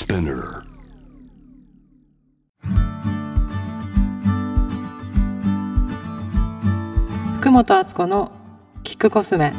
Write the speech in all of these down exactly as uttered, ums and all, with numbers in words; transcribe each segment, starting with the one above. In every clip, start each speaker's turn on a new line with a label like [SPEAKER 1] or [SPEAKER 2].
[SPEAKER 1] Spinner.
[SPEAKER 2] 福本敦子の聞くコスメ。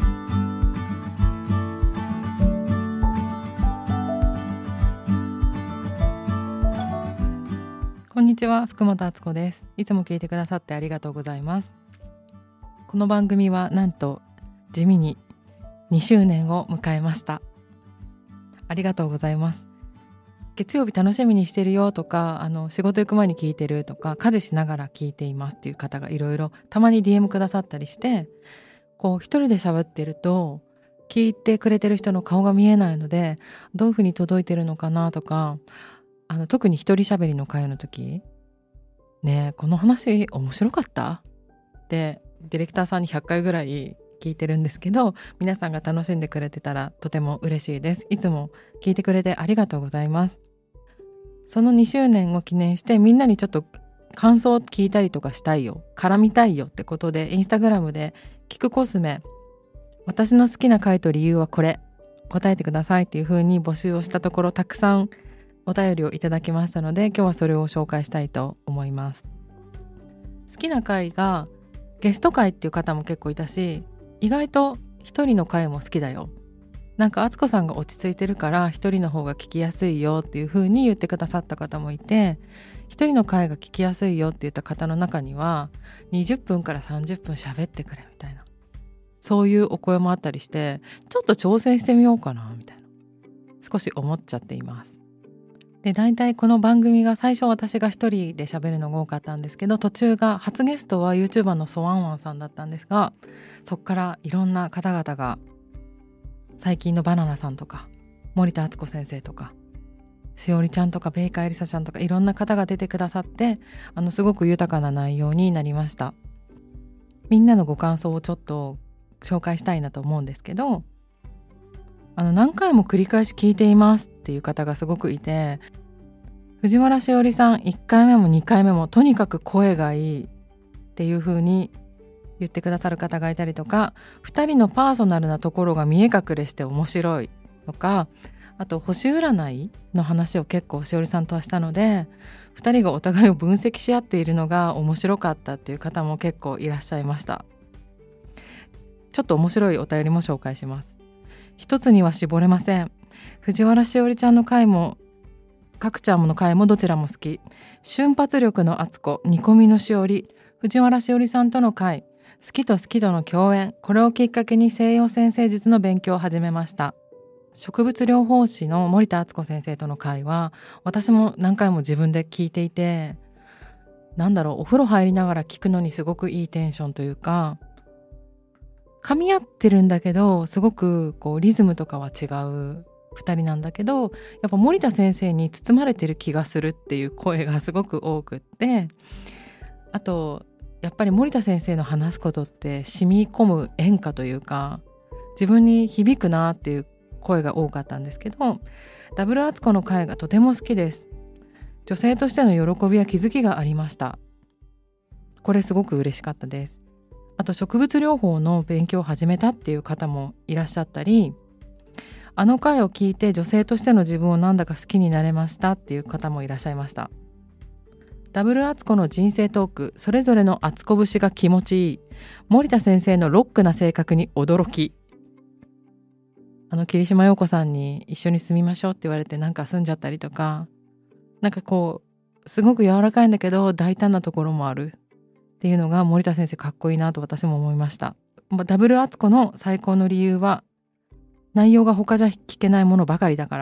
[SPEAKER 2] こんにちは、福本敦子です。いつも聞いてくださってありがとうございます。この番組はなんと地味ににしゅうねんを迎えました。ありがとうございます。月曜日楽しみにしてるよとか、あの仕事行く前に聞いてるとか、家事しながら聞いていますっていう方がいろいろたまに ディーエム くださったりして、こう一人で喋ってると聞いてくれてる人の顔が見えないので、どういうふうに届いてるのかなとか、あの特に一人喋りの会の時ねえ、この話面白かったってディレクターさんにひゃっかいぐらい聞いてるんですけど、皆さんが楽しんでくれてたらとても嬉しいです。いつも聞いてくれてありがとうございます。そのにしゅうねんを記念してみんなにちょっと感想を聞いたりとかしたいよ、絡みたいよってことでインスタグラムで聞くコスメ、私の好きな回と理由はこれ、答えてくださいっていう風に募集をしたところ、たくさんお便りをいただきましたので、今日はそれを紹介したいと思います。好きな回がゲスト回っていう方も結構いたし、意外と一人の回も好きだよ、なんか敦子さんが落ち着いてるから一人の方が聞きやすいよっていう風に言ってくださった方もいて、一人の回が聞きやすいよって言った方の中にはにじゅっぷんからさんじゅっぷん喋ってくれみたいな、そういうお声もあったりして、ちょっと挑戦してみようかなみたいな少し思っちゃっています。で、大体この番組が最初私が一人で喋るのが多かったんですけど、途中が初ゲストは YouTuber のソワンワンさんだったんですが、そっからいろんな方々が、最近のバナナさんとか森田敦子先生とかしおりちゃんとかベイカエリサちゃんとか、いろんな方が出てくださって、あのすごく豊かな内容になりました。みんなのご感想をちょっと紹介したいなと思うんですけど、あの何回も繰り返し聞いていますっていう方がすごくいて、藤原しおりさんいっかいめもにかいめもとにかく声がいいっていう風に言ってくださる方がいたりとか、ふたりのパーソナルなところが見え隠れして面白いとか、あと星占いの話を結構しおりさんとはしたので、ふたりがお互いを分析し合っているのが面白かったっていう方も結構いらっしゃいました。ちょっと面白いお便りも紹介します。一つには絞れません。藤原しおりちゃんの回もかくちゃんの回もどちらも好き。瞬発力の敦子、煮込みのしおり、藤原しおりさんとの回、好きと好きとの共演、これをきっかけに西洋占星術の勉強を始めました。植物療法士の森田敦子先生との回は私も何回も自分で聞いていて、なんだろう、お風呂入りながら聞くのにすごくいいテンションというか、噛み合ってるんだけどすごくこうリズムとかは違うふたりなんだけど、やっぱ森田先生に包まれてる気がするっていう声がすごく多くって、あとやっぱり森田先生の話すことって染み込む演歌というか、自分に響くなっていう声が多かったんですけど、ダブル敦子の回がとても好きです。女性としての喜びや気づきがありました。これすごく嬉しかったです。あと植物療法の勉強を始めたっていう方もいらっしゃったり、あの回を聞いて女性としての自分をなんだか好きになれましたっていう方もいらっしゃいました。ダブル敦子の人生トーク、それぞれの敦子節が気持ちいい、森田先生のロックな性格に驚き、あの桐島陽子さんに一緒に住みましょうって言われてなんか住んじゃったりとか、なんかこうすごく柔らかいんだけど大胆なところもあるっていうのが森田先生かっこいいなと私も思いました。ダブル敦子の最高の理由は内容が他じゃ聞けないものばかりだから。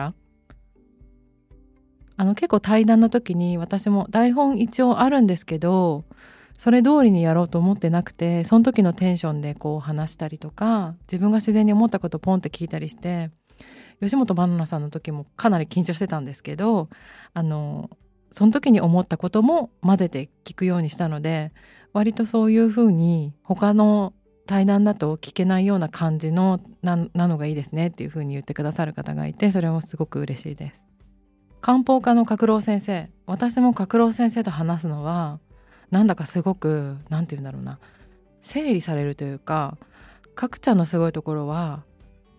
[SPEAKER 2] あの結構対談の時に私も台本一応あるんですけど、それ通りにやろうと思ってなくて、その時のテンションでこう話したりとか、自分が自然に思ったことをポンって聞いたりして、吉本ばななさんの時もかなり緊張してたんですけど、あのその時に思ったことも混ぜて聞くようにしたので、割とそういう風に他の対談だと聞けないような感じの な, なのがいいですねっていう風に言ってくださる方がいて、それもすごく嬉しいです。漢方科の角郎先生、私も角郎先生と話すのはなんだかすごくなんていうんだろうな、整理されるというか、かくちゃんのすごいところは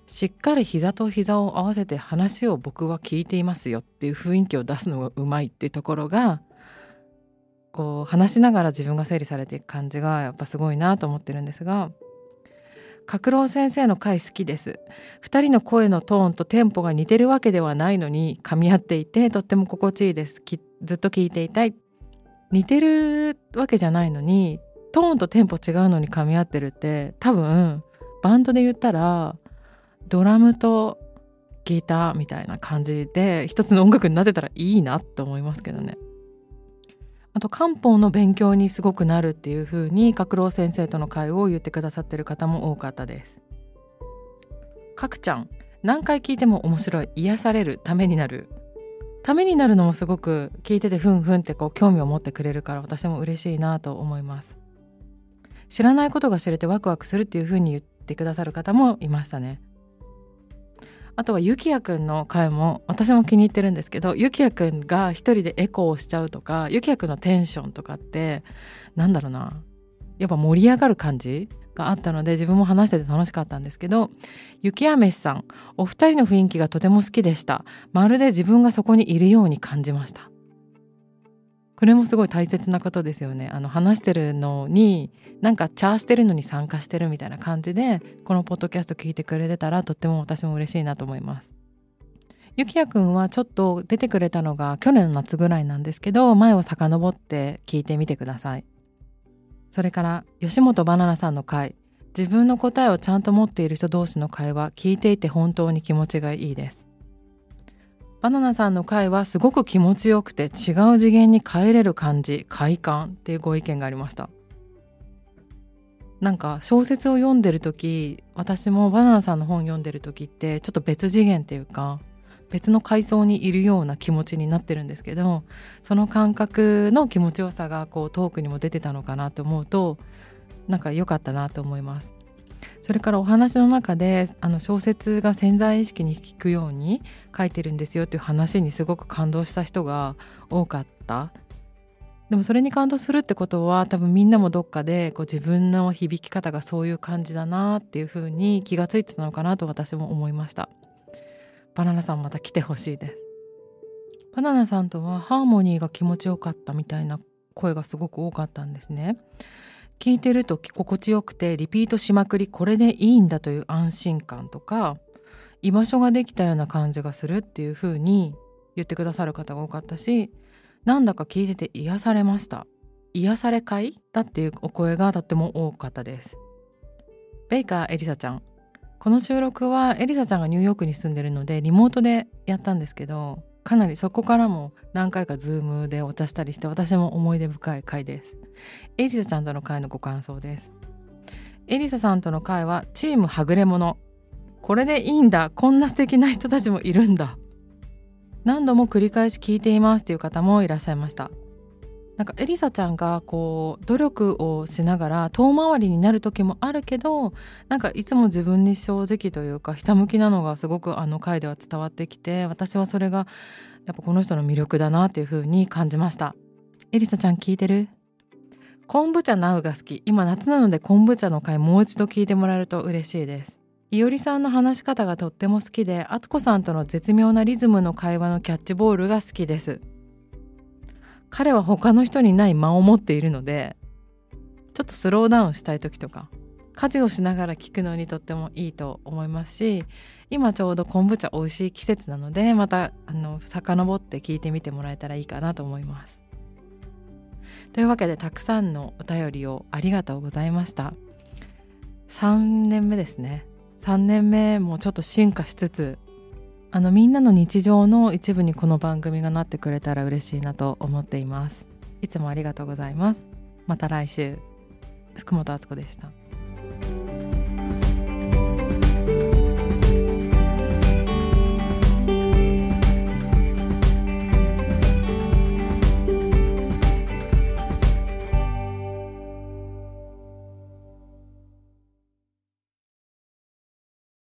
[SPEAKER 2] しっかり膝と膝を合わせて話を僕は聞いていますよっていう雰囲気を出すのがうまいっていうところが、こう話しながら自分が整理されていく感じがやっぱすごいなと思ってるんですが、角郎先生の回好きです。二人の声のトーンとテンポが似てるわけではないのに噛み合っていてとっても心地いいです。きずっと聞いていたい。似てるわけじゃないのにトーンとテンポ違うのに噛み合ってるって、多分バンドで言ったらドラムとギターみたいな感じで一つの音楽になってたらいいなって思いますけどね。あと漢方の勉強にすごくなるっていう風に角郎先生との会を言ってくださってる方も多かったです。かくちゃん、何回聞いても面白い、癒される、ためになる。ためになるのもすごく聞いててふんふんってこう興味を持ってくれるから、私も嬉しいなと思います。知らないことが知れてワクワクするっていう風に言ってくださる方もいましたね。あとはゆきやくんの回も私も気に入ってるんですけど、ゆきやくんが一人でエコーをしちゃうとか、ゆきやくんのテンションとかってなんだろうな、やっぱ盛り上がる感じがあったので、自分も話してて楽しかったんですけど、ゆきやめしさん、お二人の雰囲気がとても好きでした。まるで自分がそこにいるように感じました。これもすごい大切なことですよね。あの話してるのになんかチャーしてるのに参加してるみたいな感じで、このポッドキャスト聞いてくれてたらとっても私も嬉しいなと思います。ゆきやくんはちょっと出てくれたのが去年の夏ぐらいなんですけど、前を遡って聞いてみてください。それから吉本ばななさんの回、自分の答えをちゃんと持っている人同士の会話、聞いていて本当に気持ちがいいです。バナナさんの回はすごく気持ちよくて、違う次元に帰れる感じ、快感っていうご意見がありました。なんか小説を読んでる時、私もバナナさんの本読んでる時ってちょっと別次元っていうか別の階層にいるような気持ちになってるんですけど、その感覚の気持ちよさがこうトークにも出てたのかなと思うと、なんか良かったなと思います。それからお話の中であの小説が潜在意識に聞くように書いてるんですよっていう話にすごく感動した人が多かった。でもそれに感動するってことは、多分みんなもどっかでこう自分の響き方がそういう感じだなっていう風に気がついてたのかなと私も思いました。バナナさんまた来てほしいです。バナナさんとはハーモニーが気持ちよかったみたいな声がすごく多かったんですね。聞いてると心地よくてリピートしまくり、これでいいんだという安心感とか、居場所ができたような感じがするっていう風に言ってくださる方が多かったし、なんだか聞いてて癒されました、癒され会だっていうお声がとっても多かったです。ベイカーエリサちゃん、この収録はエリサちゃんがニューヨークに住んでるのでリモートでやったんですけど、かなりそこからも何回かズームでお茶したりして、私も思い出深い回です。エリサちゃんとの会のご感想です。エリサさんとの会はチームはぐれ者、これでいいんだ、こんな素敵な人たちもいるんだ、何度も繰り返し聞いていますっていう方もいらっしゃいました。なんかエリサちゃんがこう努力をしながら遠回りになる時もあるけど、なんかいつも自分に正直というかひたむきなのがすごくあの回では伝わってきて、私はそれがやっぱこの人の魅力だなっていう風に感じました。エリサちゃん聞いてる？昆布茶ナウが好き。今夏なので昆布茶の回もう一度聞いてもらえると嬉しいです。いおりさんの話し方がとっても好きで、あつこさんとの絶妙なリズムの会話のキャッチボールが好きです。彼は他の人にない間を持っているので、ちょっとスローダウンしたい時とか家事をしながら聞くのにとってもいいと思いますし、今ちょうど昆布茶美味しい季節なので、またあの遡って聞いてみてもらえたらいいかなと思います。というわけでたくさんのお便りをありがとうございました。さんねんめですね。さんねんめもちょっと進化しつつ、あのみんなの日常の一部にこの番組がなってくれたら嬉しいなと思っています。いつもありがとうございます。また来週。福本敦子でした。